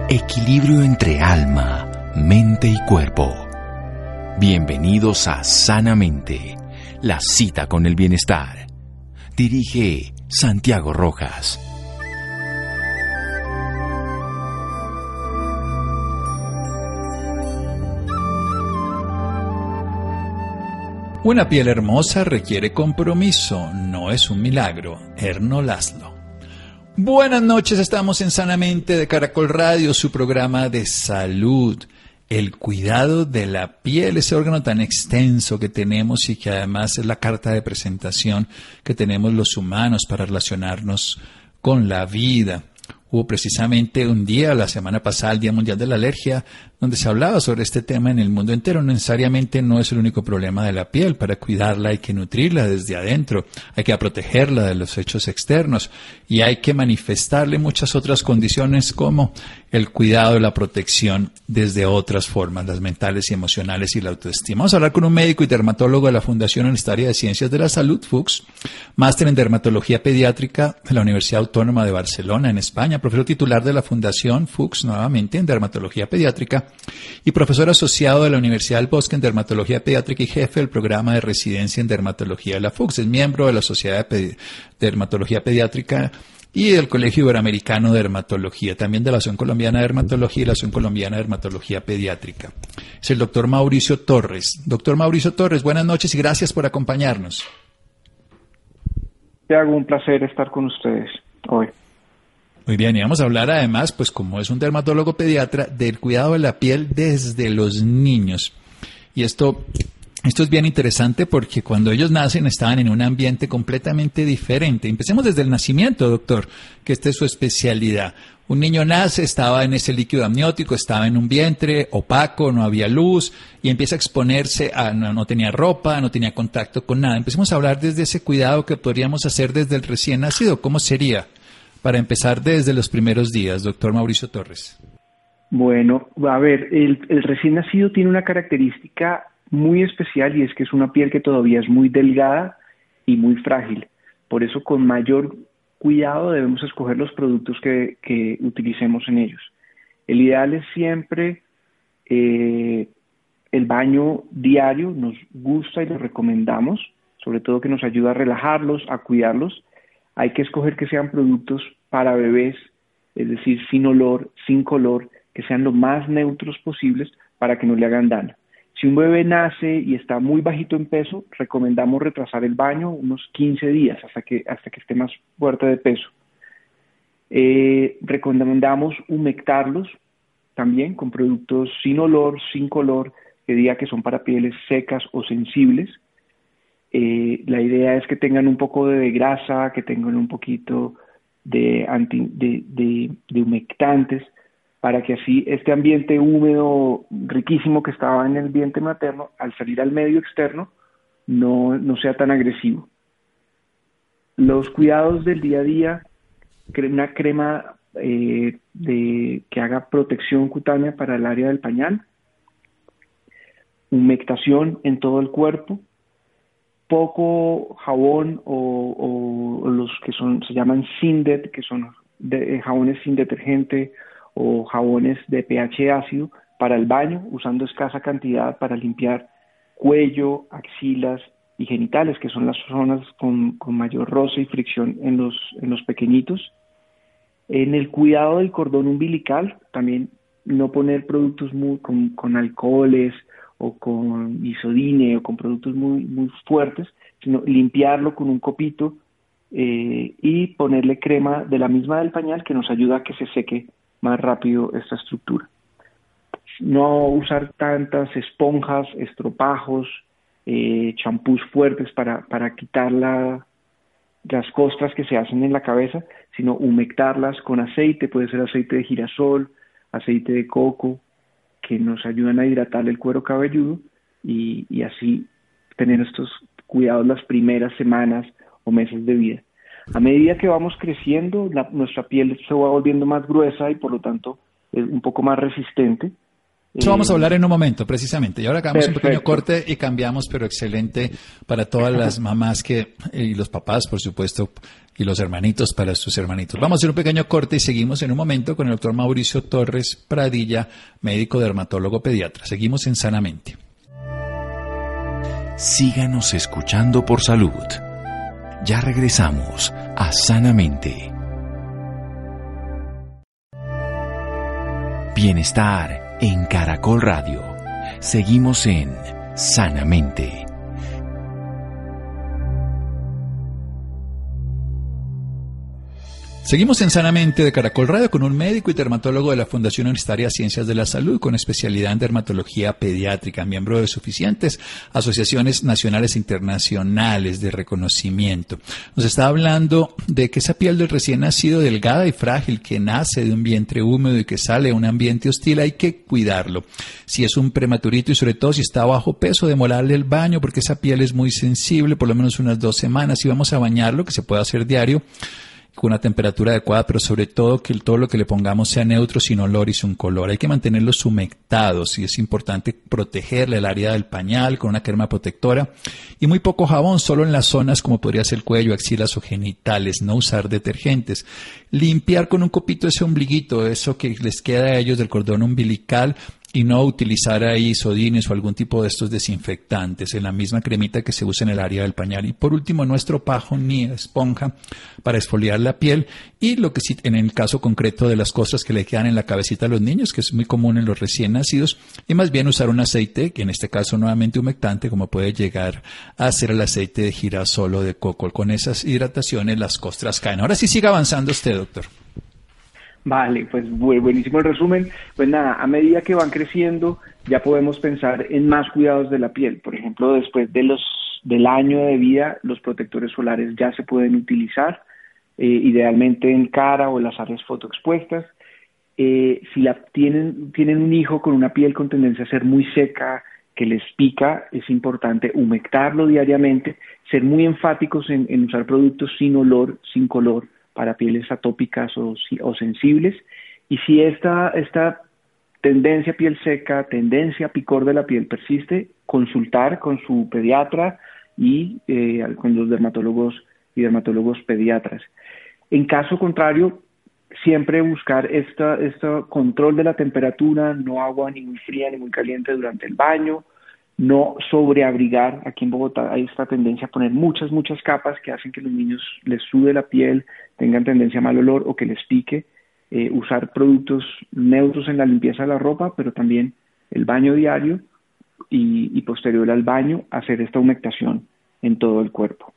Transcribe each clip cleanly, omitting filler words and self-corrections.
Equilibrio entre alma, mente y cuerpo. Bienvenidos a Sanamente, la cita con el bienestar. Dirige Santiago Rojas. Una piel hermosa requiere compromiso, no es un milagro. Erno Laszlo. Buenas noches, estamos en Sanamente de Caracol Radio, su programa de salud. El cuidado de la piel, ese órgano tan extenso que tenemos y que además es la carta de presentación que tenemos los humanos para relacionarnos con la vida. Hubo precisamente un día, la semana pasada, el Día Mundial de la Alergia, donde se hablaba sobre este tema en el mundo entero. No necesariamente no es el único problema de la piel. Para cuidarla hay que nutrirla desde adentro, hay que protegerla de los hechos externos y hay que manifestarle muchas otras condiciones como el cuidado y la protección desde otras formas, las mentales y emocionales y la autoestima. Vamos a hablar con un médico y dermatólogo de la Fundación Universitaria de Ciencias de la Salud, FUCS, máster en Dermatología Pediátrica de la Universidad Autónoma de Barcelona, en España, profesor titular de la Fundación FUCS, nuevamente en Dermatología Pediátrica, y profesor asociado de la Universidad del Bosque en Dermatología Pediátrica y jefe del programa de residencia en Dermatología de la FUCS. Es miembro de la Sociedad de Dermatología Pediátrica y del Colegio Iberoamericano de Dermatología, también de la Asociación Colombiana de Dermatología y la Asociación Colombiana de Dermatología Pediátrica. Es el doctor Mauricio Torres. Doctor Mauricio Torres, buenas noches y gracias por acompañarnos. Te hago un placer estar con ustedes hoy. Muy bien, y vamos a hablar además, pues como es un dermatólogo pediatra, del cuidado de la piel desde los niños. Y esto es bien interesante porque cuando ellos nacen estaban en un ambiente completamente diferente. Empecemos desde el nacimiento, doctor, que esta es su especialidad. Un niño nace, estaba en ese líquido amniótico, estaba en un vientre opaco, no había luz y empieza a exponerse a, no tenía ropa, no tenía contacto con nada. Empecemos a hablar desde ese cuidado que podríamos hacer desde el recién nacido. ¿Cómo sería? Para empezar desde los primeros días, doctor Mauricio Torres. Bueno, a ver, el recién nacido tiene una característica muy especial y es que es una piel que todavía es muy delgada y muy frágil. Por eso con mayor cuidado debemos escoger los productos que utilicemos en ellos. El ideal es siempre el baño diario, nos gusta y lo recomendamos, sobre todo que nos ayuda a relajarlos, a cuidarlos. Hay que escoger que sean productos para bebés, es decir, sin olor, sin color, que sean lo más neutros posibles para que no le hagan daño. Si un bebé nace y está muy bajito en peso, recomendamos retrasar el baño unos 15 días hasta que esté más fuerte de peso. Recomendamos humectarlos también con productos sin olor, sin color, que diga que son para pieles secas o sensibles. La idea es que tengan un poco de grasa, que tengan un poquito de humectantes, para que así este ambiente húmedo, riquísimo que estaba en el vientre materno, al salir al medio externo, no sea tan agresivo. Los cuidados del día a día, una crema que haga protección cutánea para el área del pañal, humectación en todo el cuerpo, poco jabón o los que se llaman Sindet, que son jabones sin detergente o jabones de pH ácido para el baño, usando escasa cantidad para limpiar cuello, axilas y genitales, que son las zonas con mayor roce y fricción en los pequeñitos. En el cuidado del cordón umbilical, también no poner productos con alcoholes o con isodine o con productos muy, muy fuertes, sino limpiarlo con un copito y ponerle crema de la misma del pañal que nos ayuda a que se seque más rápido esta estructura. No usar tantas esponjas, estropajos, champús fuertes para quitar las costras que se hacen en la cabeza, sino humectarlas con aceite, puede ser aceite de girasol, aceite de coco, que nos ayudan a hidratar el cuero cabelludo y así tener estos cuidados las primeras semanas o meses de vida. A medida que vamos creciendo, nuestra piel se va volviendo más gruesa y por lo tanto es un poco más resistente Eso vamos a hablar en un momento, precisamente. Y ahora hagamos un pequeño corte y cambiamos, pero excelente para todas las mamás y los papás, por supuesto, y los hermanitos para sus hermanitos. Vamos a hacer un pequeño corte y seguimos en un momento con el doctor Mauricio Torres Pradilla, médico dermatólogo pediatra. Seguimos en Sanamente. Síganos escuchando por salud. Ya regresamos a Sanamente. Bienestar en Caracol Radio. Seguimos en Sanamente. Seguimos en Sanamente de Caracol Radio con un médico y dermatólogo de la Fundación Universitaria Ciencias de la Salud con especialidad en dermatología pediátrica, miembro de suficientes asociaciones nacionales e internacionales de reconocimiento. Nos está hablando de que esa piel del recién nacido delgada y frágil que nace de un vientre húmedo y que sale a un ambiente hostil, hay que cuidarlo. Si es un prematurito y sobre todo si está bajo peso, demorarle el baño porque esa piel es muy sensible, por lo menos unas 2 semanas. Si vamos a bañarlo, que se puede hacer diario, con una temperatura adecuada, pero sobre todo que todo lo que le pongamos sea neutro, sin olor y sin color. Hay que mantenerlos humectados y es importante protegerle el área del pañal con una crema protectora y muy poco jabón, solo en las zonas como podría ser el cuello, axilas o genitales, no usar detergentes. Limpiar con un copito ese ombliguito, eso que les queda a ellos del cordón umbilical, y no utilizar ahí isodines o algún tipo de estos desinfectantes en la misma cremita que se usa en el área del pañal. Y por último, no estropajo ni esponja para exfoliar la piel, y lo que sí, en el caso concreto de las costras que le quedan en la cabecita a los niños, que es muy común en los recién nacidos, y más bien usar un aceite, que en este caso nuevamente humectante, como puede llegar a ser el aceite de girasol o de coco. Con esas hidrataciones las costras caen. Ahora sí siga avanzando usted, doctor. Vale, pues buenísimo el resumen. Pues nada, a medida que van creciendo ya podemos pensar en más cuidados de la piel. Por ejemplo, después del año de vida, los protectores solares ya se pueden utilizar, idealmente en cara o en las áreas fotoexpuestas. Si tienen un hijo con una piel con tendencia a ser muy seca, que les pica, es importante humectarlo diariamente, ser muy enfáticos en usar productos sin olor, sin color, para pieles atópicas o sensibles. Y si esta tendencia a piel seca, tendencia a picor de la piel persiste, consultar con su pediatra y con los dermatólogos y dermatólogos pediatras. En caso contrario, siempre buscar este control de la temperatura, no agua ni muy fría ni muy caliente durante el baño, no sobreabrigar. Aquí en Bogotá hay esta tendencia a poner muchas capas que hacen que los niños les sude la piel, tengan tendencia a mal olor o que les pique. Usar productos neutros en la limpieza de la ropa, pero también el baño diario y posterior al baño hacer esta humectación en todo el cuerpo.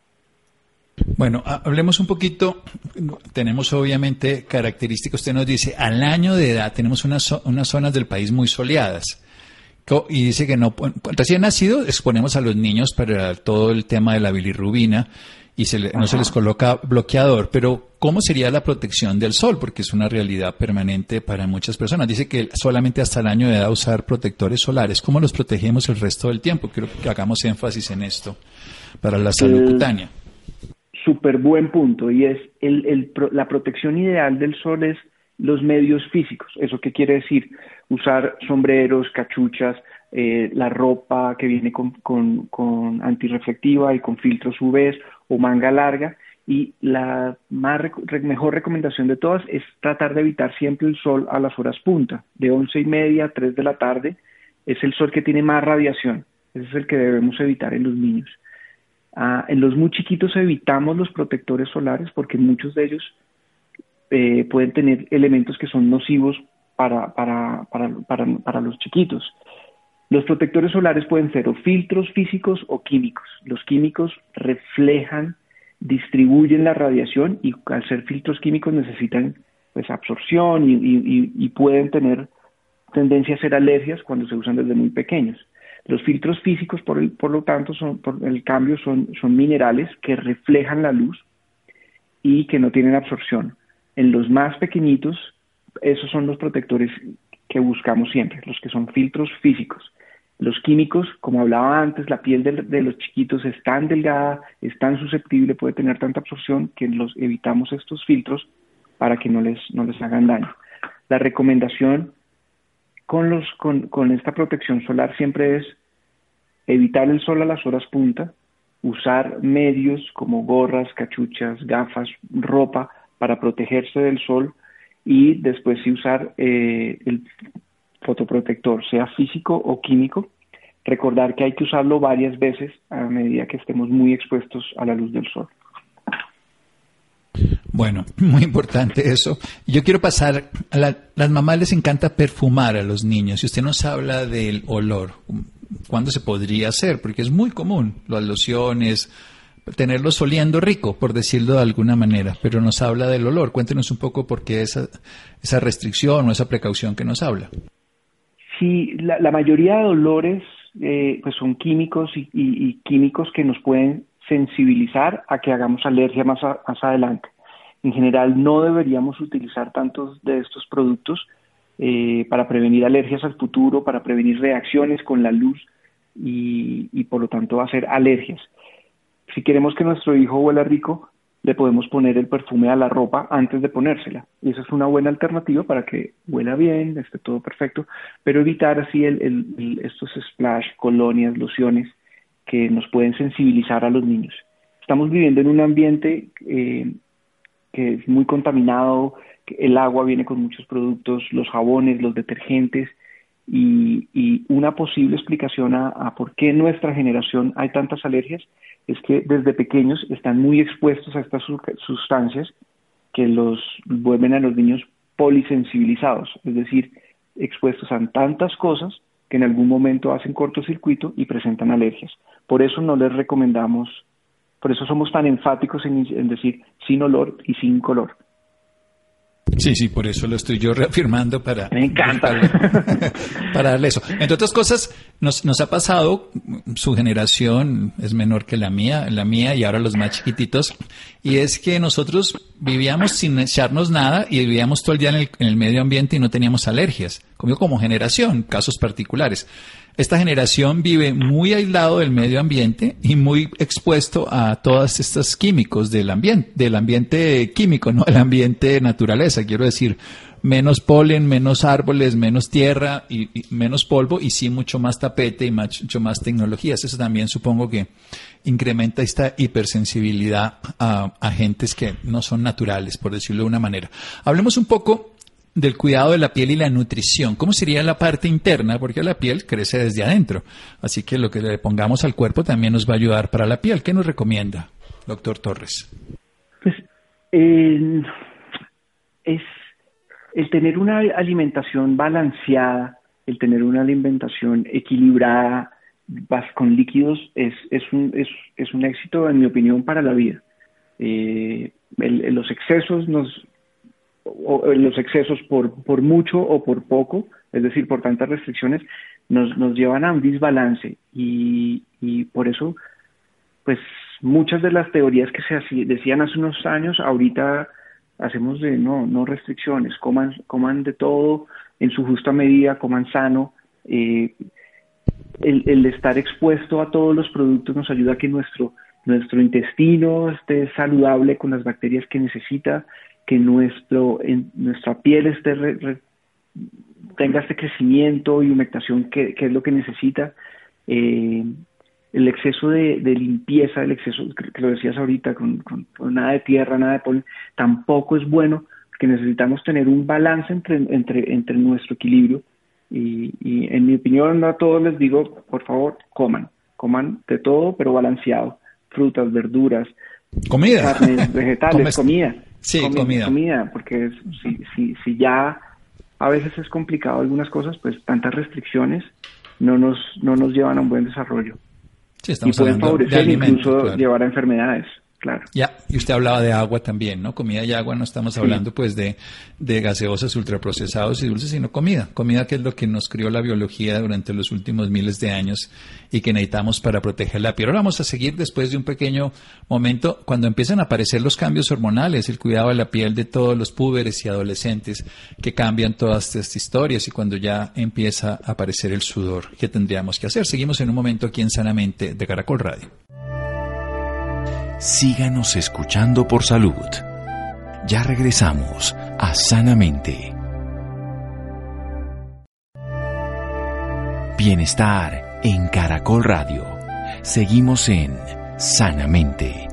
Bueno, hablemos un poquito. Tenemos obviamente características. Usted nos dice, al año de edad tenemos unas zonas del país muy soleadas. Y dice que recién nacido exponemos a los niños para todo el tema de la bilirrubina y no se les coloca bloqueador, pero ¿cómo sería la protección del sol? Porque es una realidad permanente para muchas personas. Dice que solamente hasta el año de edad usar protectores solares. ¿Cómo los protegemos el resto del tiempo? Quiero que hagamos énfasis en esto para la salud cutánea. Súper buen punto, y es la protección ideal del sol es los medios físicos. ¿Eso qué quiere decir? Usar sombreros, cachuchas, la ropa que viene con antirreflectiva y con filtros UV o manga larga. Y la mejor recomendación de todas es tratar de evitar siempre el sol a las horas punta, de 11:30 a 3 de la tarde. Es el sol que tiene más radiación. Ese es el que debemos evitar en los niños. En los muy chiquitos evitamos los protectores solares porque muchos de ellos pueden tener elementos que son nocivos para los chiquitos. Los protectores solares pueden ser o filtros físicos o químicos. Los químicos reflejan, distribuyen la radiación, y al ser filtros químicos necesitan pues absorción y pueden tener tendencia a ser alergias cuando se usan desde muy pequeños. Los filtros físicos, por lo tanto, por el cambio, son minerales que reflejan la luz y que no tienen absorción. En los más pequeñitos, esos son los protectores que buscamos siempre, los que son filtros físicos. Los químicos, como hablaba antes, la piel de los chiquitos es tan delgada, es tan susceptible, puede tener tanta absorción que evitamos estos filtros para que no les hagan daño. La recomendación con esta protección solar siempre es evitar el sol a las horas punta, usar medios como gorras, cachuchas, gafas, ropa para protegerse del sol y después sí usar el fotoprotector, sea físico o químico. Recordar que hay que usarlo varias veces a medida que estemos muy expuestos a la luz del sol. Bueno, muy importante eso. Yo quiero pasar a las mamás les encanta perfumar a los niños. Si usted nos habla del olor, ¿cuándo se podría hacer? Porque es muy común, las lociones, tenerlos oliendo rico, por decirlo de alguna manera, pero nos habla del olor. Cuéntenos un poco por qué esa restricción o esa precaución que nos habla. Sí, la mayoría de olores pues son químicos y químicos que nos pueden sensibilizar a que hagamos alergia más adelante. En general no deberíamos utilizar tantos de estos productos para prevenir alergias al futuro, para prevenir reacciones con la luz y por lo tanto hacer alergias. Si queremos que nuestro hijo huela rico, le podemos poner el perfume a la ropa antes de ponérsela. Y esa es una buena alternativa para que huela bien, esté todo perfecto, pero evitar así estos splash, colonias, lociones que nos pueden sensibilizar a los niños. Estamos viviendo en un ambiente que es muy contaminado, el agua viene con muchos productos, los jabones, los detergentes, y una posible explicación a por qué en nuestra generación hay tantas alergias es que desde pequeños están muy expuestos a estas sustancias que los vuelven a los niños polisensibilizados, es decir, expuestos a tantas cosas que en algún momento hacen cortocircuito y presentan alergias. Por eso no les recomendamos, por eso somos tan enfáticos en decir sin olor y sin color. Sí, por eso lo estoy yo reafirmando para... Me encanta. Para darle eso. Entre otras cosas, nos ha pasado, su generación es menor que la mía y ahora los más chiquititos, y es que nosotros vivíamos sin echarnos nada y vivíamos todo el día en el medio ambiente y no teníamos alergias, como generación, casos particulares. Esta generación vive muy aislado del medio ambiente y muy expuesto a todos estos químicos del ambiente químico, no el ambiente naturaleza, quiero decir, menos polen, menos árboles, menos tierra y menos polvo y sí mucho más tapete y mucho más tecnologías. Eso también supongo que incrementa esta hipersensibilidad a agentes que no son naturales, por decirlo de una manera. Hablemos un poco del cuidado de la piel y la nutrición. ¿Cómo sería la parte interna? Porque la piel crece desde adentro. Así que lo que le pongamos al cuerpo también nos va a ayudar para la piel. ¿Qué nos recomienda, doctor Torres? Pues es el tener una alimentación balanceada, el tener una alimentación equilibrada, con líquidos, es un éxito, en mi opinión, para la vida. Los excesos por mucho o por poco, es decir, por tantas restricciones, nos llevan a un desbalance y por eso, pues muchas de las teorías que se decían hace unos años, ahorita hacemos de no restricciones, coman de todo en su justa medida, coman sano. El estar expuesto a todos los productos nos ayuda a que nuestro intestino esté saludable con las bacterias que necesita, que nuestra piel tenga este crecimiento y humectación que es lo que necesita. El exceso de limpieza, el exceso, que lo decías ahorita, con nada de tierra, nada de polen, tampoco es bueno, porque necesitamos tener un balance entre nuestro equilibrio. Y en mi opinión, a todos les digo, por favor, coman de todo, pero balanceado. Frutas, verduras, comida, carnes, vegetales, comida. Sí, comida, porque si ya a veces es complicado algunas cosas, pues tantas restricciones no nos llevan a un buen desarrollo. Sí, estamos y pueden hablando favorecer de alimentos, incluso claro. Llevar a enfermedades, claro. Ya, y usted hablaba de agua también, ¿no? Comida y agua, no estamos hablando pues de gaseosas, ultraprocesados y dulces, sino comida que es lo que nos crió la biología durante los últimos miles de años y que necesitamos para proteger la piel. Ahora vamos a seguir después de un pequeño momento cuando empiezan a aparecer los cambios hormonales, el cuidado de la piel de todos los púberes y adolescentes que cambian todas estas historias y cuando ya empieza a aparecer el sudor. ¿Qué tendríamos que hacer? Seguimos en un momento aquí en Sanamente de Caracol Radio. Síganos escuchando por salud. Ya regresamos a Sanamente. Bienestar en Caracol Radio. Seguimos en Sanamente.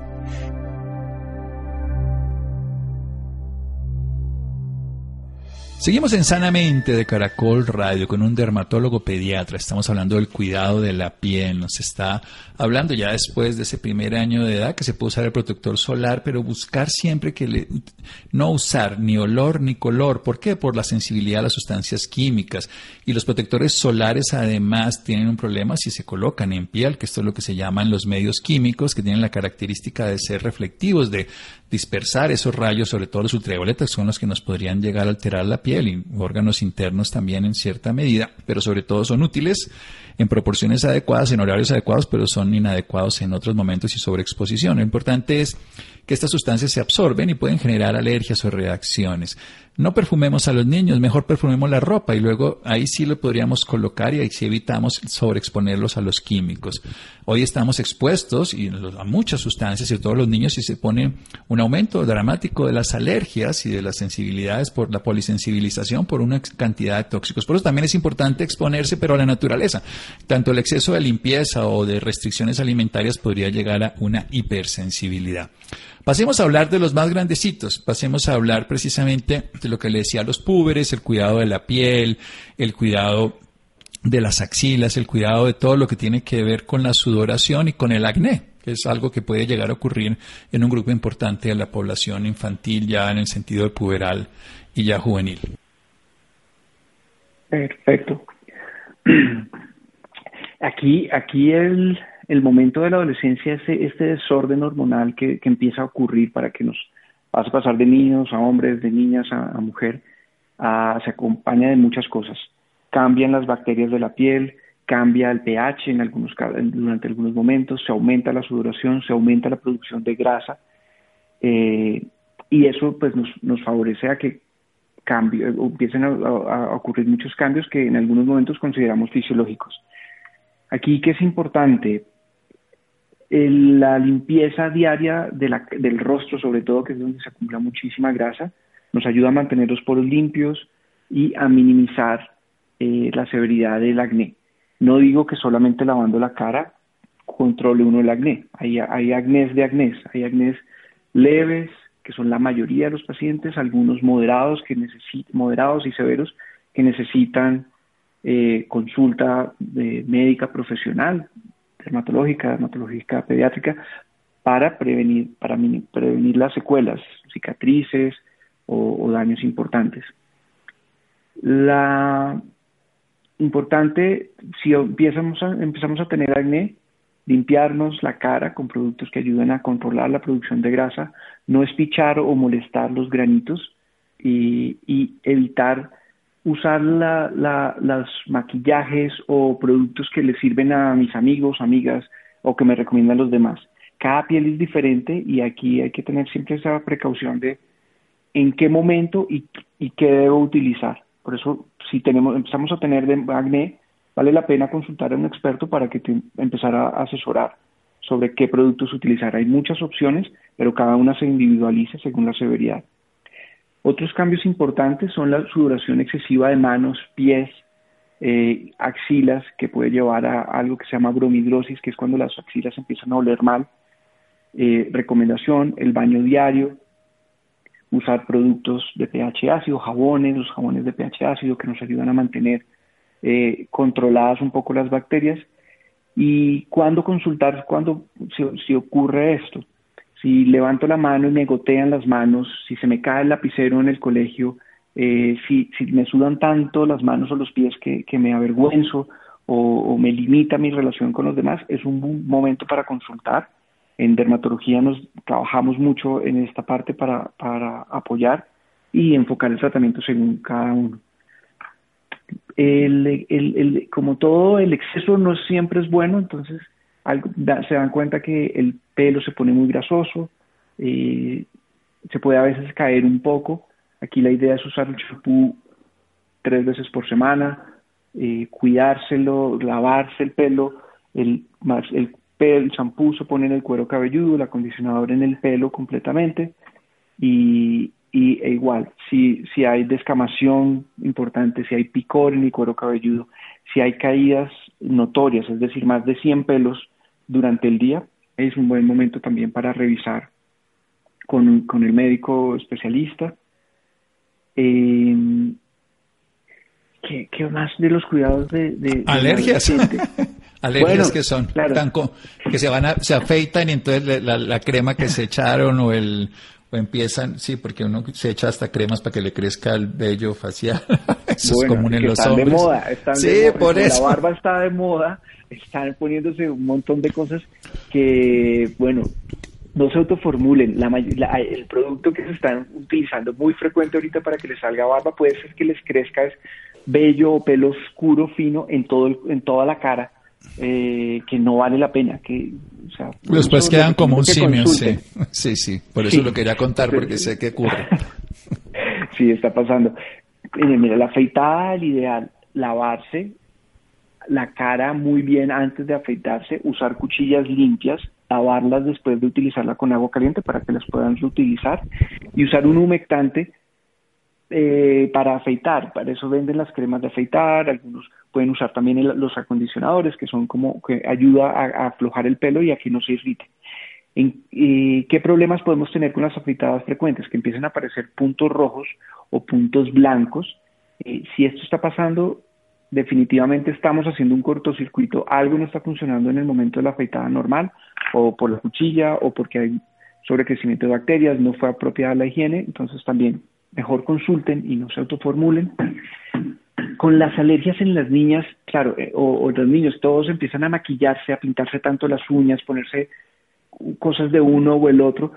Seguimos en Sanamente de Caracol Radio con un dermatólogo pediatra. Estamos hablando del cuidado de la piel. Nos está hablando ya después de ese primer año de edad que se puede usar el protector solar, pero buscar siempre no usar ni olor ni color. ¿Por qué? Por la sensibilidad a las sustancias químicas. Y los protectores solares además tienen un problema si se colocan en piel, que esto es lo que se llaman los medios químicos, que tienen la característica de ser reflectivos, de dispersar esos rayos, sobre todo los ultravioletas, que son los que nos podrían llegar a alterar la piel y órganos internos también en cierta medida, pero sobre todo son útiles en proporciones adecuadas, en horarios adecuados, pero son inadecuados en otros momentos y sobreexposición. Lo importante es que estas sustancias se absorben y pueden generar alergias o reacciones. No perfumemos a los niños, mejor perfumemos la ropa y luego ahí sí lo podríamos colocar y ahí sí evitamos sobreexponerlos a los químicos. Hoy estamos expuestos a muchas sustancias y todos los niños y se pone un aumento dramático de las alergias y de las sensibilidades por la polisensibilización por una cantidad de tóxicos. Por eso también es importante exponerse, pero a la naturaleza. Tanto el exceso de limpieza o de restricciones alimentarias podría llegar a una hipersensibilidad. Pasemos a hablar de los más grandecitos, pasemos a hablar precisamente de lo que le decía a los púberes, el cuidado de la piel, el cuidado de las axilas, el cuidado de todo lo que tiene que ver con la sudoración y con el acné, que es algo que puede llegar a ocurrir en un grupo importante de la población infantil ya en el sentido de puberal y ya juvenil. Perfecto. Aquí el momento de la adolescencia, este desorden hormonal que empieza a ocurrir para que nos vas a pasar de niños a hombres, de niñas a mujer, se acompaña de muchas cosas. Cambian las bacterias de la piel, cambia el pH durante algunos momentos, se aumenta la sudoración, se aumenta la producción de grasa, y eso pues nos favorece a que empiecen a ocurrir muchos cambios que en algunos momentos consideramos fisiológicos. Aquí, ¿qué es importante? La limpieza diaria del rostro, sobre todo, que es donde se acumula muchísima grasa, nos ayuda a mantener los poros limpios y a minimizar la severidad del acné. No digo que solamente lavando la cara controle uno el acné. Hay acnés de acnés. Hay acnés leves, que son la mayoría de los pacientes, algunos moderados y severos que necesitan consulta médica profesional, dermatológica pediátrica, para prevenir las secuelas, cicatrices o daños importantes. Importante, si empezamos a tener acné, limpiarnos la cara con productos que ayuden a controlar la producción de grasa, no espichar o molestar los granitos y evitar usar los maquillajes o productos que le sirven a mis amigos, amigas o que me recomiendan los demás. Cada piel es diferente y aquí hay que tener siempre esa precaución de en qué momento y qué debo utilizar. Por eso, si empezamos a tener acné, vale la pena consultar a un experto para que te empezar a asesorar sobre qué productos utilizar. Hay muchas opciones, pero cada una se individualiza según la severidad. Otros cambios importantes son la sudoración excesiva de manos, pies, axilas, que puede llevar a algo que se llama bromidrosis, que es cuando las axilas empiezan a oler mal. Recomendación, el baño diario, usar productos de pH ácido, los jabones de pH ácido que nos ayudan a mantener controladas un poco las bacterias. ¿Y cuándo consultar? Si ocurre esto. Si levanto la mano y me gotean las manos, si se me cae el lapicero en el colegio, si me sudan tanto las manos o los pies que me avergüenzo o me limita mi relación con los demás, es un buen momento para consultar. En dermatología trabajamos mucho en esta parte para apoyar y enfocar el tratamiento según cada uno. Como todo, el exceso no siempre es bueno, entonces se dan cuenta que el pelo se pone muy grasoso, se puede a veces caer un poco. Aquí la idea es usar el shampoo 3 veces por semana, cuidárselo, lavarse el pelo, el shampoo se pone en el cuero cabelludo, el acondicionador en el pelo completamente e igual, si hay descamación importante, si hay picor en el cuero cabelludo, Si hay caídas notorias, es decir, más de 100 pelos durante el día, es un buen momento también para revisar con el médico especialista. ¿Qué más de los cuidados de alergias? Alergias, bueno, que son claro, que se afeitan y entonces la crema que se echaron o empiezan, sí, porque uno se echa hasta cremas para que le crezca el vello facial. Eso es común en los hombres. Están sí, de moda. Por eso. La barba está de moda, están poniéndose un montón de cosas que, bueno, no se autoformulen. El producto que se están utilizando muy frecuente ahorita para que les salga barba puede ser que les crezca vello o pelo oscuro, fino en toda la cara, que no vale la pena. O sea, después quedan como un simio, sí. Por eso lo quería contar, porque sé que ocurre. Sí, está pasando. Mira, la afeitada, el ideal, lavarse la cara muy bien antes de afeitarse, usar cuchillas limpias, lavarlas después de utilizarla con agua caliente para que las puedan reutilizar y usar un humectante para afeitar. Para eso venden las cremas de afeitar, algunos pueden usar también los acondicionadores, que son como que ayuda a aflojar el pelo y a que no se irrite. ¿Qué problemas podemos tener con las afeitadas frecuentes? Que empiecen a aparecer puntos rojos o puntos blancos. Si esto está pasando, definitivamente estamos haciendo un cortocircuito, algo no está funcionando en el momento de la afeitada normal, o por la cuchilla, o porque hay sobrecrecimiento de bacterias, no fue apropiada la higiene. Entonces también mejor consulten y no se autoformulen. Con las alergias en las niñas, claro, o los niños, todos empiezan a maquillarse, a pintarse tanto las uñas, ponerse cosas de uno o el otro.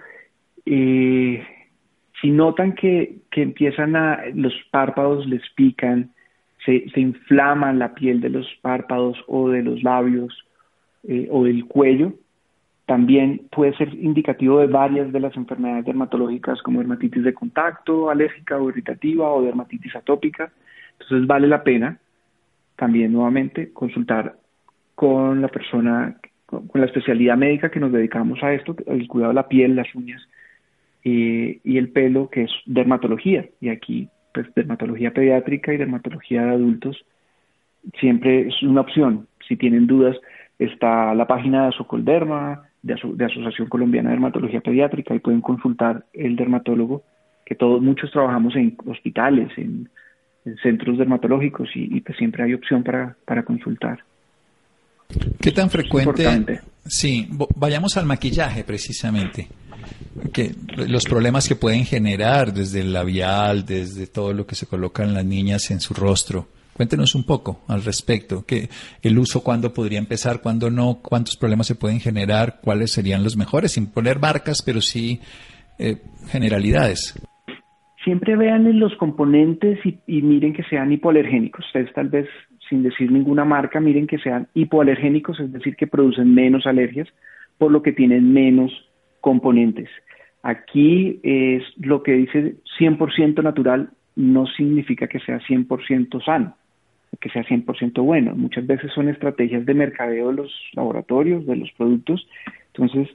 Si notan que empiezan los párpados les pican, se inflaman la piel de los párpados o de los labios o del cuello, también puede ser indicativo de varias de las enfermedades dermatológicas como dermatitis de contacto, alérgica o irritativa o dermatitis atópica. Entonces vale la pena también nuevamente consultar con la persona, con la especialidad médica que nos dedicamos a esto, el cuidado de la piel, las uñas y el pelo, que es dermatología. Y aquí, pues, dermatología pediátrica y dermatología de adultos siempre es una opción. Si tienen dudas, está la página de Asocolderma, de Asociación Colombiana de Dermatología Pediátrica, y pueden consultar el dermatólogo, que muchos trabajamos en hospitales, en centros dermatológicos, y pues siempre hay opción para consultar. ¿Qué tan frecuente? Sí, vayamos al maquillaje precisamente. Que los problemas que pueden generar desde el labial, desde todo lo que se colocan las niñas en su rostro. Cuéntenos un poco al respecto, que el uso, cuándo podría empezar, cuándo no, cuántos problemas se pueden generar, cuáles serían los mejores, sin poner marcas, pero sí generalidades. Siempre vean los componentes y miren que sean hipoalergénicos. Ustedes tal vez, sin decir ninguna marca, miren que sean hipoalergénicos, es decir, que producen menos alergias, por lo que tienen menos componentes. Aquí es lo que dice 100% natural, no significa que sea 100% sano, que sea 100% bueno. Muchas veces son estrategias de mercadeo de los laboratorios, de los productos. Entonces,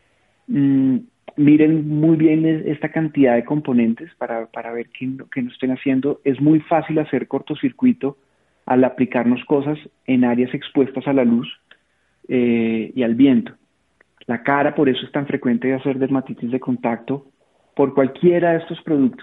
miren muy bien esta cantidad de componentes para ver qué no estén haciendo. Es muy fácil hacer cortocircuito al aplicarnos cosas en áreas expuestas a la luz y al viento. La cara, por eso es tan frecuente de hacer dermatitis de contacto por cualquiera de estos productos.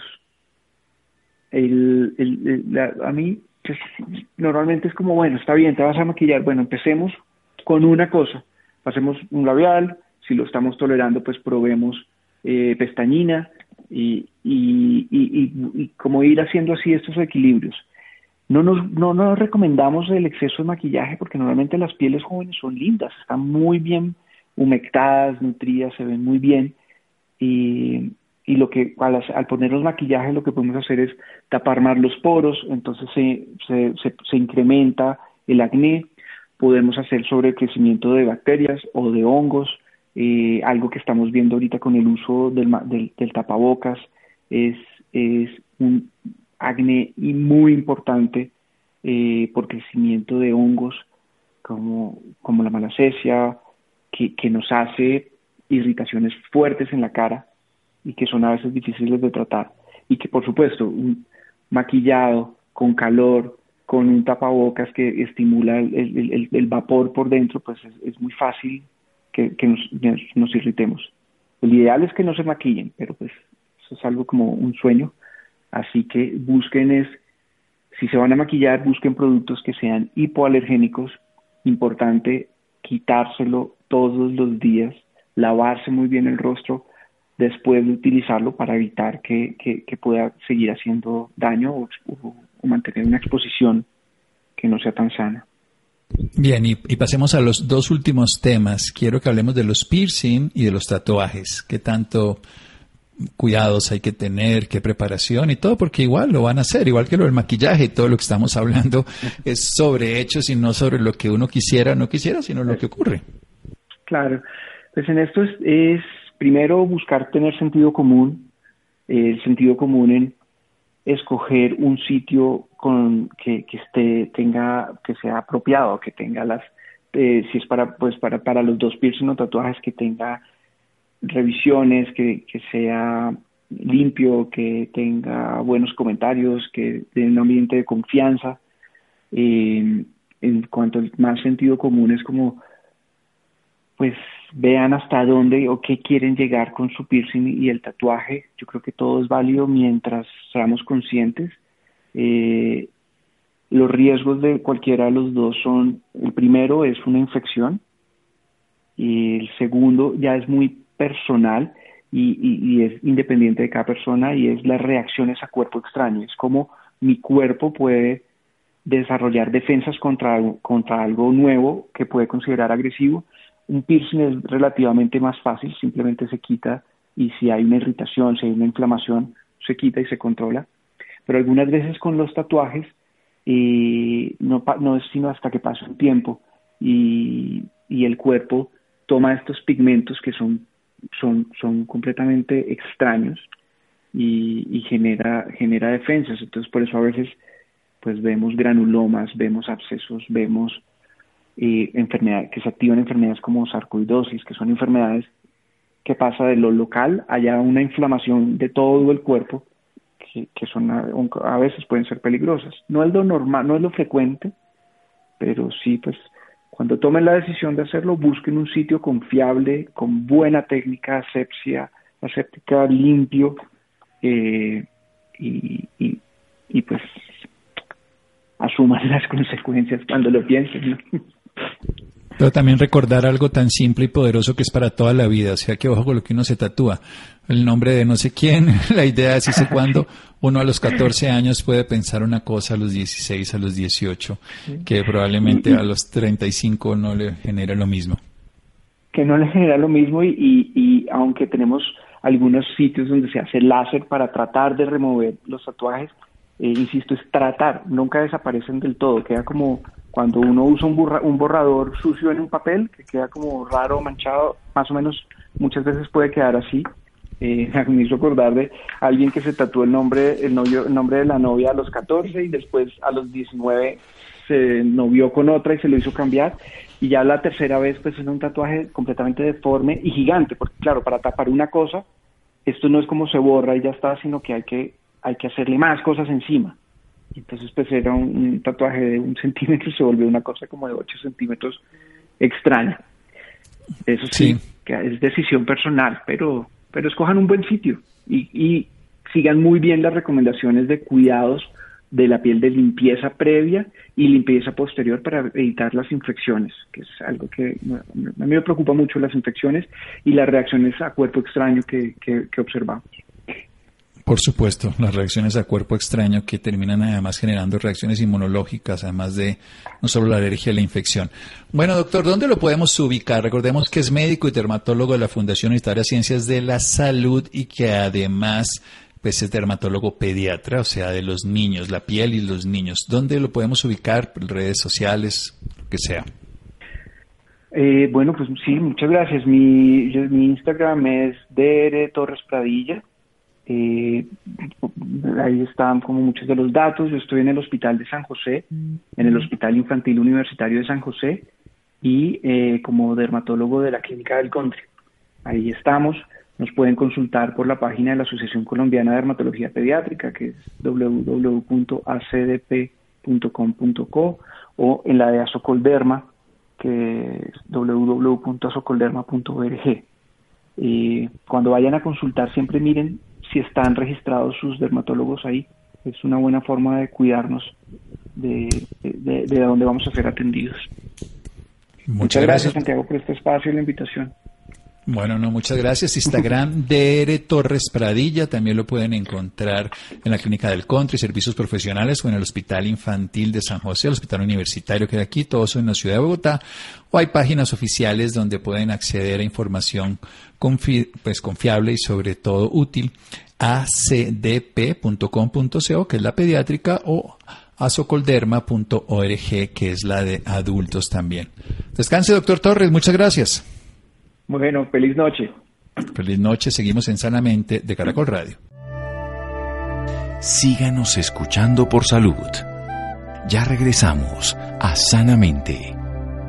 A mí, pues, normalmente es como, bueno, está bien, te vas a maquillar. Bueno, empecemos con una cosa. Pasemos un labial, si lo estamos tolerando, pues probemos pestañina y como ir haciendo así estos equilibrios. No nos recomendamos el exceso de maquillaje porque normalmente las pieles jóvenes son lindas, están muy bien humectadas, nutridas, se ven muy bien, y lo que al ponernos maquillaje lo que podemos hacer es tapar más los poros, entonces se incrementa el acné. Podemos hacer sobrecrecimiento de bacterias o de hongos, algo que estamos viendo ahorita con el uso del tapabocas es un acné muy importante por crecimiento de hongos como la malacesia, que nos hace irritaciones fuertes en la cara y que son a veces difíciles de tratar, y que por supuesto un maquillado con calor con un tapabocas que estimula el vapor por dentro, pues es muy fácil que nos irritemos. El ideal es que no se maquillen, pero pues eso es algo como un sueño. Así que si se van a maquillar, busquen productos que sean hipoalergénicos. Importante quitárselo todos los días, lavarse muy bien el rostro después de utilizarlo para evitar que pueda seguir haciendo daño o mantener una exposición que no sea tan sana. Bien, y pasemos a los dos últimos temas. Quiero que hablemos de los piercing y de los tatuajes. ¿Qué tanto cuidados hay que tener, qué preparación y todo? Porque igual lo van a hacer, igual que lo del maquillaje y todo lo que estamos hablando es sobre hechos y no sobre lo que uno quisiera o no quisiera, sino lo que ocurre. Claro, pues en esto es primero buscar tener sentido común, el sentido común en escoger un sitio que sea apropiado, que tenga si es para los dos piercing o tatuajes, que tenga revisiones, que sea limpio, que tenga buenos comentarios, que dé un ambiente de confianza. En cuanto al más sentido común es como, pues vean hasta dónde o qué quieren llegar con su piercing y el tatuaje. Yo creo que todo es válido mientras seamos conscientes. Los riesgos de cualquiera de los dos son, el primero es una infección y el segundo ya es muy personal y es independiente de cada persona, y es las reacciones a cuerpo extraño. Es como mi cuerpo puede desarrollar defensas contra algo nuevo que puede considerar agresivo. Un piercing es relativamente más fácil, simplemente se quita, y si hay una irritación, si hay una inflamación, se quita y se controla. Pero algunas veces con los tatuajes no es sino hasta que pasa un tiempo y el cuerpo toma estos pigmentos que son completamente extraños y genera defensas. Entonces por eso a veces pues vemos granulomas, vemos abscesos, vemos enfermedades que se activan, enfermedades como sarcoidosis, que son enfermedades que pasa de lo local allá una inflamación de todo el cuerpo, que son a veces pueden ser peligrosas. No es lo normal, no es lo frecuente, pero sí, pues cuando tomen la decisión de hacerlo, busquen un sitio confiable, con buena técnica aséptica, limpio, y pues asuman las consecuencias cuando lo piensen, ¿no? Pero también recordar algo tan simple y poderoso que es para toda la vida, o sea que ojo con lo que uno se tatúa, el nombre de no sé quién, la idea de así sé cuándo, uno a los 14 años puede pensar una cosa, a los 16, a los 18, que probablemente a los 35 no le genera lo mismo. Que no le genera lo mismo y aunque tenemos algunos sitios donde se hace láser para tratar de remover los tatuajes, insisto, es tratar, nunca desaparecen del todo, queda como cuando uno usa un borrador sucio en un papel, que queda como raro, manchado, más o menos muchas veces puede quedar así. Me hizo acordar de alguien que se tatuó el nombre de la novia a los 14 y después a los 19 se novió con otra y se lo hizo cambiar, y ya la tercera vez pues es un tatuaje completamente deforme y gigante, porque claro, para tapar una cosa, esto no es como se borra y ya está, sino que hay que hacerle más cosas encima. Entonces pues era un tatuaje de 1 centímetro, se volvió una cosa como de 8 centímetros extraña. Eso sí, que es decisión personal, pero escojan un buen sitio y sigan muy bien las recomendaciones de cuidados de la piel, de limpieza previa y limpieza posterior para evitar las infecciones, que es algo que a mí me preocupa mucho, las infecciones y las reacciones a cuerpo extraño que observamos. Por supuesto, las reacciones a cuerpo extraño que terminan además generando reacciones inmunológicas, además de no solo la alergia y la infección. Bueno, doctor, ¿dónde lo podemos ubicar? Recordemos que es médico y dermatólogo de la Fundación Universitaria de Ciencias de la Salud y que además pues, es dermatólogo pediatra, o sea, de los niños, la piel y los niños. ¿Dónde lo podemos ubicar? Redes sociales, lo que sea. Bueno, pues sí, muchas gracias. Mi Instagram es DR Torres Pradilla. Ahí están como muchos de los datos. Yo estoy en el Hospital de San José, en el Hospital Infantil Universitario de San José, y como dermatólogo de la Clínica del Country. Ahí estamos. Nos pueden consultar por la página de la Asociación Colombiana de Dermatología Pediátrica, que es www.acdp.org. www.asocolderma.com.co o en la de Asocolderma, que es www.asocolderma.org. Cuando vayan a consultar, siempre miren si están registrados sus dermatólogos ahí. Es una buena forma de cuidarnos de dónde vamos a ser atendidos. Muchas gracias, Santiago, por este espacio y la invitación. Bueno, muchas gracias. Instagram, DR Torres Pradilla, también lo pueden encontrar en la Clínica del Country, Servicios Profesionales, o en el Hospital Infantil de San José, el Hospital Universitario que hay aquí, todo eso en la ciudad de Bogotá, o hay páginas oficiales donde pueden acceder a información confiable y sobre todo útil, acdp.com.co, que es la pediátrica, o asocolderma.org, que es la de adultos también. Descanse, doctor Torres, muchas gracias. Bueno, feliz noche. Feliz noche, seguimos en Sanamente de Caracol Radio. Síganos escuchando por salud. Ya regresamos a Sanamente.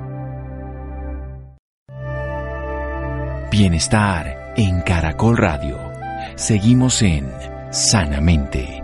Bienestar en Caracol Radio. Seguimos en Sanamente.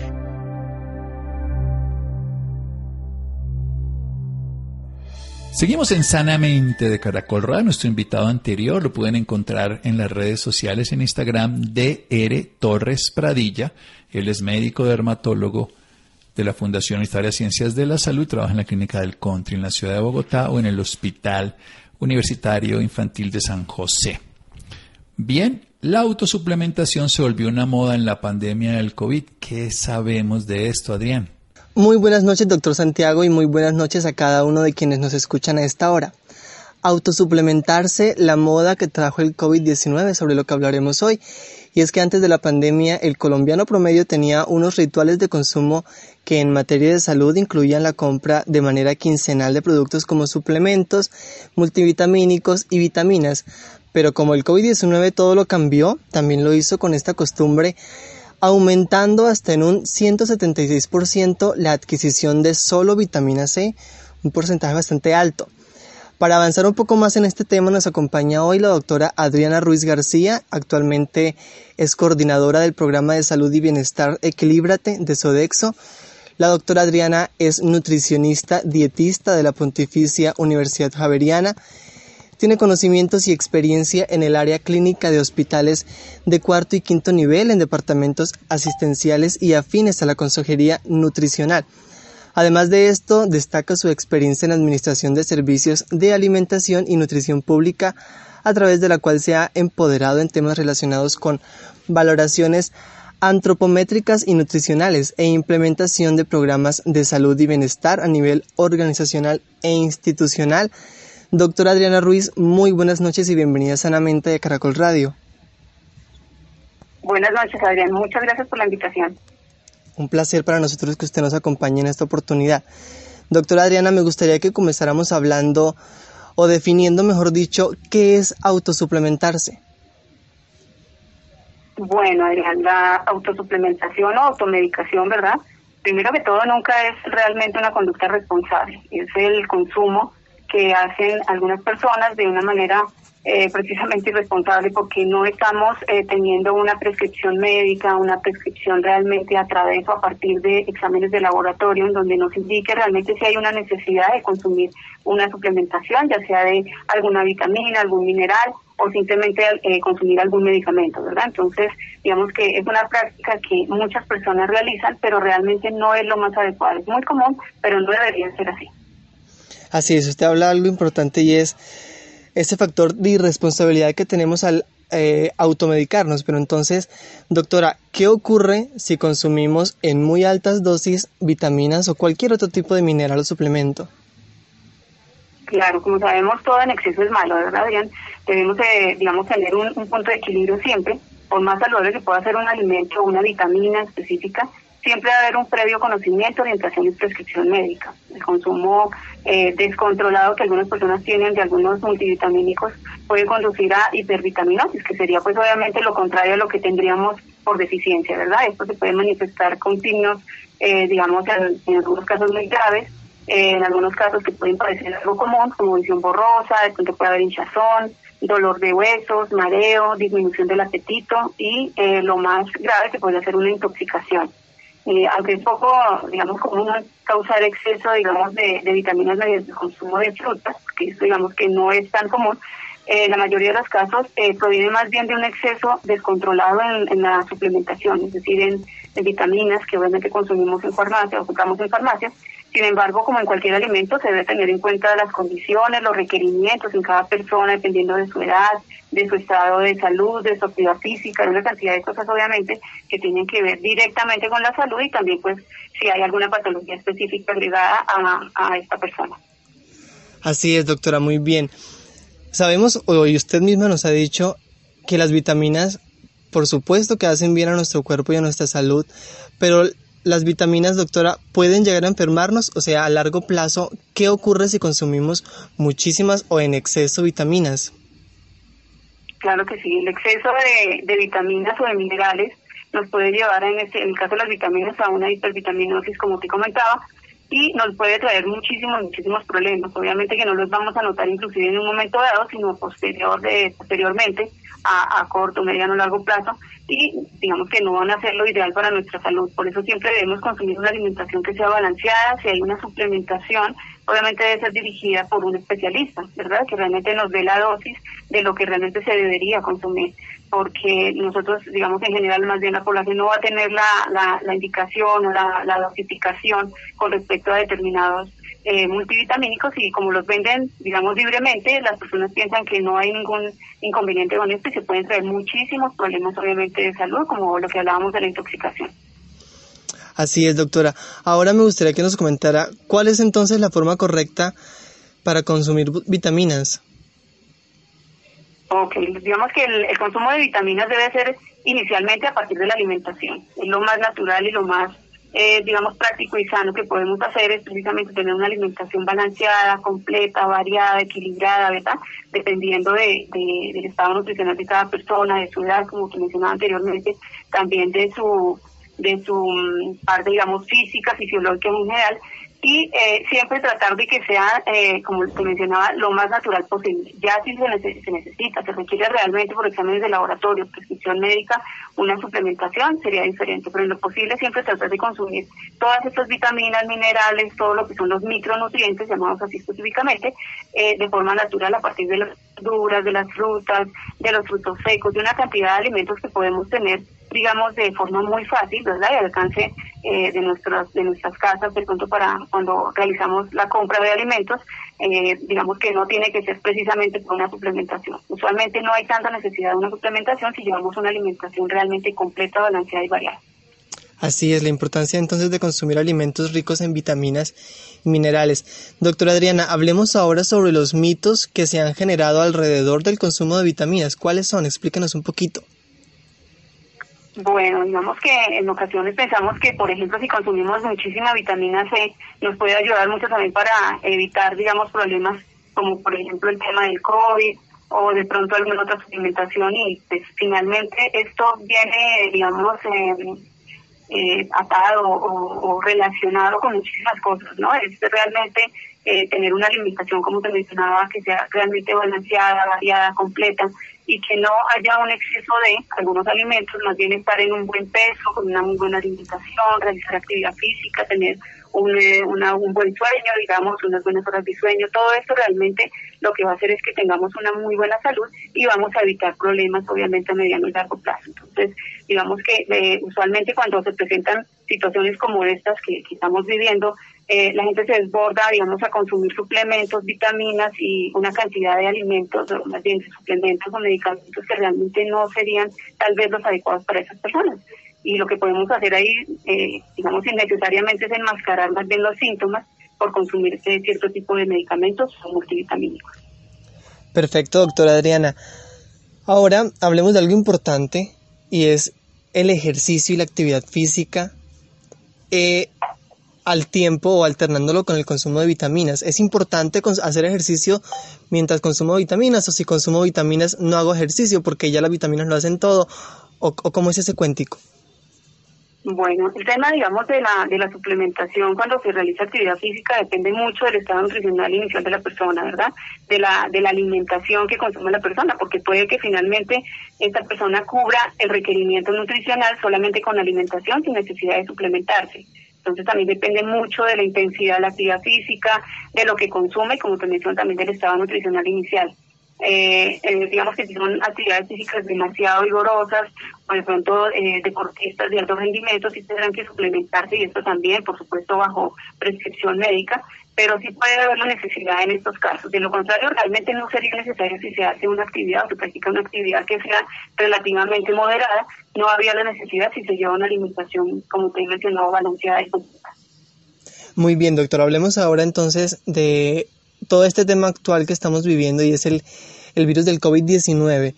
Seguimos en Sanamente de Caracol Radio. Nuestro invitado anterior lo pueden encontrar en las redes sociales, en Instagram, DR Torres Pradilla. Él es médico dermatólogo de la Fundación Universitaria de Ciencias de la Salud. Trabaja en la Clínica del Country en la ciudad de Bogotá o en el Hospital Universitario Infantil de San José. Bien, la autosuplementación se volvió una moda en la pandemia del COVID. ¿Qué sabemos de esto, Adrián? Muy buenas noches, doctor Santiago, y muy buenas noches a cada uno de quienes nos escuchan a esta hora. Autosuplementarse, la moda que trajo el COVID-19, sobre lo que hablaremos hoy. Y es que antes de la pandemia, el colombiano promedio tenía unos rituales de consumo que en materia de salud incluían la compra de manera quincenal de productos como suplementos, multivitamínicos y vitaminas. Pero como el COVID-19 todo lo cambió, también lo hizo con esta costumbre, aumentando hasta en un 176% la adquisición de solo vitamina C, un porcentaje bastante alto. Para avanzar un poco más en este tema nos acompaña hoy la doctora Adriana Ruiz García, actualmente es coordinadora del programa de salud y bienestar Equilíbrate de Sodexo. La doctora Adriana es nutricionista dietista de la Pontificia Universidad Javeriana. Tiene conocimientos y experiencia en el área clínica de hospitales de 4º y 5º nivel en departamentos asistenciales y afines a la consejería nutricional. Además de esto, destaca su experiencia en administración de servicios de alimentación y nutrición pública, a través de la cual se ha empoderado en temas relacionados con valoraciones antropométricas y nutricionales e implementación de programas de salud y bienestar a nivel organizacional e institucional. Doctora Adriana Ruiz, muy buenas noches y bienvenida a Sanamente de Caracol Radio. Buenas noches, Adrián. Muchas gracias por la invitación. Un placer para nosotros que usted nos acompañe en esta oportunidad. Doctora Adriana, me gustaría que comenzáramos hablando o definiendo, mejor dicho, qué es autosuplementarse. Bueno, Adrián, la autosuplementación o automedicación, ¿verdad? Primero que todo, nunca es realmente una conducta responsable. Es el consumo que hacen algunas personas de una manera precisamente irresponsable, porque no estamos teniendo una prescripción médica, una prescripción realmente a través o a partir de exámenes de laboratorio en donde nos indique realmente si hay una necesidad de consumir una suplementación, ya sea de alguna vitamina, algún mineral o simplemente consumir algún medicamento, ¿verdad? Entonces, digamos que es una práctica que muchas personas realizan, pero realmente no es lo más adecuado. Es muy común, pero no debería ser así. Así es, usted habla de algo importante y es ese factor de irresponsabilidad que tenemos al automedicarnos. Pero entonces, doctora, ¿qué ocurre si consumimos en muy altas dosis vitaminas o cualquier otro tipo de mineral o suplemento? Claro, como sabemos, todo en exceso es malo, ¿verdad, Adrián? Debemos, tener un punto de equilibrio siempre. Por más saludable que pueda ser un alimento o una vitamina específica, siempre debe haber un previo conocimiento, orientación y prescripción médica. El consumo descontrolado que algunas personas tienen de algunos multivitamínicos puede conducir a hipervitaminosis, que sería pues obviamente lo contrario a lo que tendríamos por deficiencia, ¿verdad? Esto se puede manifestar con signos, en algunos casos muy graves, en algunos casos que pueden parecer algo común, como visión borrosa, de pronto puede haber hinchazón, dolor de huesos, mareo, disminución del apetito y lo más grave que puede ser una intoxicación. aunque es poco, digamos, común causar exceso, digamos, de vitaminas mediante el consumo de frutas, que eso, digamos, que no es tan común. La mayoría de los casos proviene más bien de un exceso descontrolado en la suplementación, es decir, en vitaminas que obviamente consumimos en farmacia o compramos en farmacias. Sin embargo, como en cualquier alimento, se debe tener en cuenta las condiciones, los requerimientos en cada persona, dependiendo de su edad, de su estado de salud, de su actividad física, de una cantidad de cosas, obviamente, que tienen que ver directamente con la salud y también, pues, si hay alguna patología específica agregada a esta persona. Así es, doctora, muy bien. Sabemos, y usted misma nos ha dicho, que las vitaminas, por supuesto que hacen bien a nuestro cuerpo y a nuestra salud, pero las vitaminas, doctora, pueden llegar a enfermarnos, o sea, a largo plazo, ¿qué ocurre si consumimos muchísimas o en exceso vitaminas? Claro que sí, el exceso de vitaminas o de minerales nos puede llevar, en el caso de las vitaminas, a una hipervitaminosis, como te comentaba, y nos puede traer muchísimos problemas. Obviamente que no los vamos a notar inclusive en un momento dado, sino posteriormente, a corto, mediano, largo plazo, y digamos que no van a ser lo ideal para nuestra salud. Por eso siempre debemos consumir una alimentación que sea balanceada. Si hay una suplementación, obviamente debe ser dirigida por un especialista, ¿verdad? Que realmente nos dé la dosis de lo que realmente se debería consumir, porque nosotros, digamos, en general, más bien la población no va a tener la indicación o la dosificación con respecto a determinados multivitamínicos, y como los venden, digamos, libremente, las personas piensan que no hay ningún inconveniente con esto y se pueden traer muchísimos problemas, obviamente, de salud, como lo que hablábamos de la intoxicación. Así es, doctora. Ahora me gustaría que nos comentara cuál es entonces la forma correcta para consumir vitaminas. Ok, digamos que el consumo de vitaminas debe ser inicialmente a partir de la alimentación. Es lo más natural y lo más, digamos, práctico y sano que podemos hacer, es precisamente tener una alimentación balanceada, completa, variada, equilibrada, ¿verdad? Dependiendo del estado nutricional de cada persona, de su edad, como te mencionaba anteriormente, también de su parte, digamos, física, fisiológica en general, y siempre tratar de que sea, como te mencionaba, lo más natural posible. Ya si se necesita, se requiere realmente por exámenes de laboratorio, prescripción médica, una suplementación, sería diferente, pero en lo posible siempre tratar de consumir todas estas vitaminas, minerales, todo lo que son los micronutrientes, llamados así específicamente, de forma natural a partir de las verduras, de las frutas, de los frutos secos, de una cantidad de alimentos que podemos tener, digamos, de forma muy fácil, ¿verdad? Y al alcance de nuestras casas, de pronto para cuando realizamos la compra de alimentos, digamos que no tiene que ser precisamente por una suplementación. Usualmente no hay tanta necesidad de una suplementación si llevamos una alimentación realmente completa, balanceada y variada. Así es, la importancia entonces de consumir alimentos ricos en vitaminas y minerales. Doctora Adriana, hablemos ahora sobre los mitos que se han generado alrededor del consumo de vitaminas. ¿Cuáles son? Explíquenos un poquito. Bueno, digamos que en ocasiones pensamos que, por ejemplo, si consumimos muchísima vitamina C, nos puede ayudar mucho también para evitar, digamos, problemas como, por ejemplo, el tema del COVID o de pronto alguna otra suplementación, y pues finalmente esto viene, digamos, atado o relacionado con muchísimas cosas, ¿no? Es realmente tener una alimentación, como te mencionaba, que sea realmente balanceada, variada, completa, y que no haya un exceso de algunos alimentos, más bien estar en un buen peso, con una muy buena alimentación, realizar actividad física, tener un buen sueño, digamos, unas buenas horas de sueño. Todo esto realmente lo que va a hacer es que tengamos una muy buena salud y vamos a evitar problemas, obviamente, a mediano y largo plazo. Entonces, digamos que usualmente cuando se presentan situaciones como estas que estamos viviendo, la gente se desborda, digamos, a consumir suplementos, vitaminas y una cantidad de alimentos, o más bien de suplementos o medicamentos que realmente no serían tal vez los adecuados para esas personas. Y lo que podemos hacer ahí, digamos, innecesariamente es enmascarar más bien los síntomas por consumir cierto tipo de medicamentos o multivitamínicos. Perfecto, doctora Adriana. Ahora hablemos de algo importante, y es el ejercicio y la actividad física al tiempo o alternándolo con el consumo de vitaminas. ¿Es importante hacer ejercicio mientras consumo vitaminas, o si consumo vitaminas no hago ejercicio porque ya las vitaminas lo hacen todo? ¿O cómo es ese cuentico? Bueno, el tema, digamos, de la suplementación cuando se realiza actividad física depende mucho del estado nutricional inicial de la persona, ¿verdad? De la alimentación que consume la persona, porque puede que finalmente esta persona cubra el requerimiento nutricional solamente con alimentación sin necesidad de suplementarse. Entonces también depende mucho de la intensidad de la actividad física, de lo que consume y, como te menciono, también del estado nutricional inicial. Digamos que si son actividades físicas demasiado vigorosas o de pronto deportistas de alto rendimiento, sí tendrán que suplementarse, y esto también, por supuesto, bajo prescripción médica, pero sí puede haber la necesidad en estos casos. De lo contrario, realmente no sería necesario si se hace una actividad o se practica una actividad que sea relativamente moderada, no habría la necesidad si se lleva una alimentación, como te he mencionado, balanceada y completa. Muy bien, doctor, hablemos ahora entonces de todo este tema actual que estamos viviendo, y es el virus del COVID-19.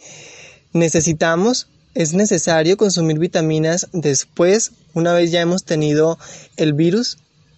¿Es necesario consumir vitaminas después, una vez ya hemos tenido el virus?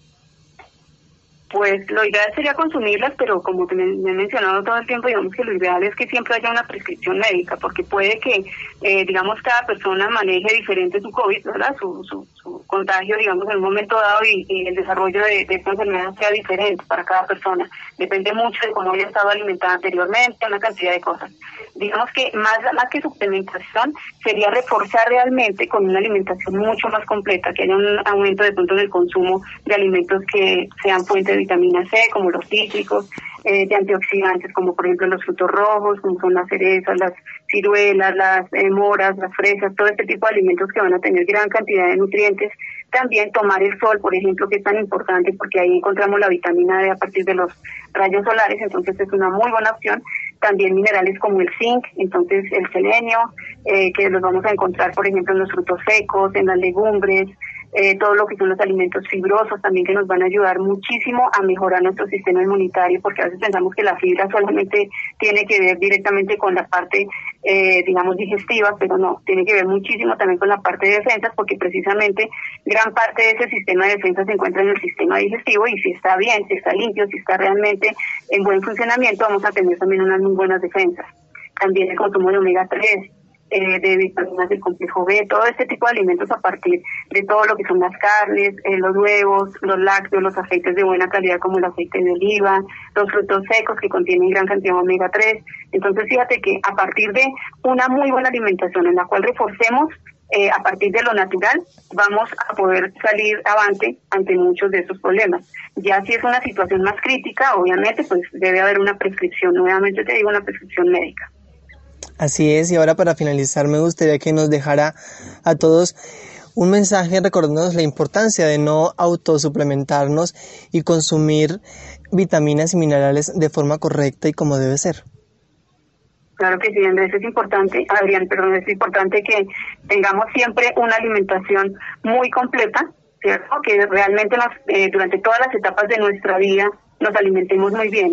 Pues lo ideal sería consumirlas, pero como te me he mencionado todo el tiempo, digamos que lo ideal es que siempre haya una prescripción médica, porque puede que, digamos, cada persona maneje diferente su COVID, ¿verdad? Su contagio, digamos, en un momento dado, y el desarrollo de esta enfermedad sea diferente para cada persona. Depende mucho de cómo haya estado alimentada anteriormente, una cantidad de cosas. Digamos que más que suplementación, sería reforzar realmente con una alimentación mucho más completa, que haya un aumento de pronto en el consumo de alimentos que sean fuente de vitamina C, como los cítricos, de antioxidantes, como por ejemplo los frutos rojos, como son las cerezas, las ciruelas, las moras, las fresas, todo este tipo de alimentos que van a tener gran cantidad de nutrientes. También tomar el sol, por ejemplo, que es tan importante, porque ahí encontramos la vitamina D a partir de los rayos solares, entonces es una muy buena opción. También minerales como el zinc, entonces el selenio, que los vamos a encontrar, por ejemplo, en los frutos secos, en las legumbres, todo lo que son los alimentos fibrosos también, que nos van a ayudar muchísimo a mejorar nuestro sistema inmunitario, porque a veces pensamos que la fibra solamente tiene que ver directamente con la parte, digamos, digestiva, pero no, tiene que ver muchísimo también con la parte de defensas, porque precisamente gran parte de ese sistema de defensas se encuentra en el sistema digestivo, y si está bien, si está limpio, si está realmente en buen funcionamiento, vamos a tener también unas muy buenas defensas. También el consumo de omega 3, de vitaminas del complejo B, todo este tipo de alimentos a partir de todo lo que son las carnes, los huevos, los lácteos, los aceites de buena calidad como el aceite de oliva, los frutos secos que contienen gran cantidad de omega 3. Entonces fíjate que a partir de una muy buena alimentación en la cual reforcemos a partir de lo natural, vamos a poder salir avante ante muchos de esos problemas. Ya si es una situación más crítica, obviamente pues debe haber una prescripción, nuevamente te digo, una prescripción médica. Así es, y ahora para finalizar me gustaría que nos dejara a todos un mensaje recordándonos la importancia de no autosuplementarnos y consumir vitaminas y minerales de forma correcta y como debe ser. Claro que sí, Andrés, es importante, Adrián, perdón, es importante que tengamos siempre una alimentación muy completa, ¿cierto? Que realmente durante todas las etapas de nuestra vida nos alimentemos muy bien.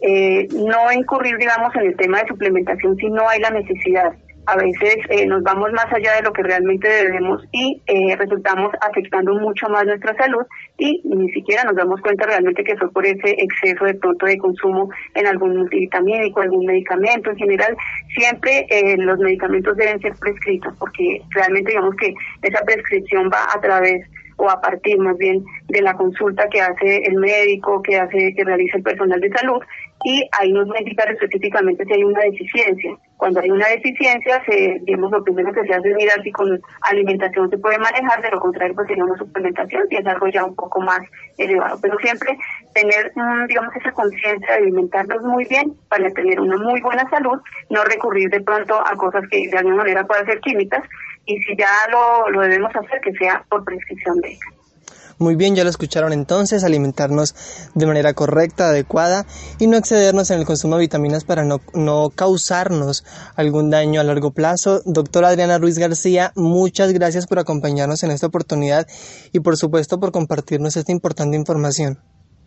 No incurrir, digamos, en el tema de suplementación si no hay la necesidad. A veces nos vamos más allá de lo que realmente debemos y resultamos afectando mucho más nuestra salud, y ni siquiera nos damos cuenta realmente que fue por ese exceso de pronto de consumo en algún multivitamínico, algún medicamento. En general, siempre los medicamentos deben ser prescritos, porque realmente digamos que esa prescripción va a través o a partir más bien de la consulta que hace el médico, que realiza el personal de salud, y ahí nos va a indicar específicamente si hay una deficiencia. Cuando hay una deficiencia, digamos, lo primero que se hace es mirar si con alimentación se puede manejar, de lo contrario pues sería una suplementación, y es algo ya un poco más elevado. Pero siempre tener, digamos, esa conciencia de alimentarnos muy bien para tener una muy buena salud, no recurrir de pronto a cosas que de alguna manera puedan ser químicas, y si ya lo debemos hacer, que sea por prescripción médica. Muy bien, ya lo escucharon entonces, alimentarnos de manera correcta, adecuada, y no excedernos en el consumo de vitaminas para no causarnos algún daño a largo plazo. Doctora Adriana Ruiz García, muchas gracias por acompañarnos en esta oportunidad y por supuesto por compartirnos esta importante información.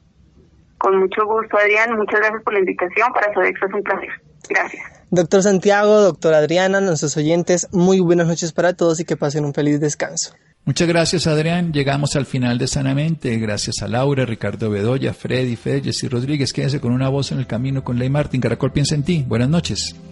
Con mucho gusto, Adrián, muchas gracias por la invitación, para Sodexo es un placer. Gracias. Doctor Santiago, doctora Adriana, nuestros oyentes, muy buenas noches para todos y que pasen un feliz descanso. Muchas gracias, Adrián. Llegamos al final de Sanamente. Gracias a Laura, Ricardo Bedoya, Freddy, Fede, Jessy Rodríguez. Quédese con Una Voz en el Camino con Ley Martín. Caracol piensa en ti. Buenas noches.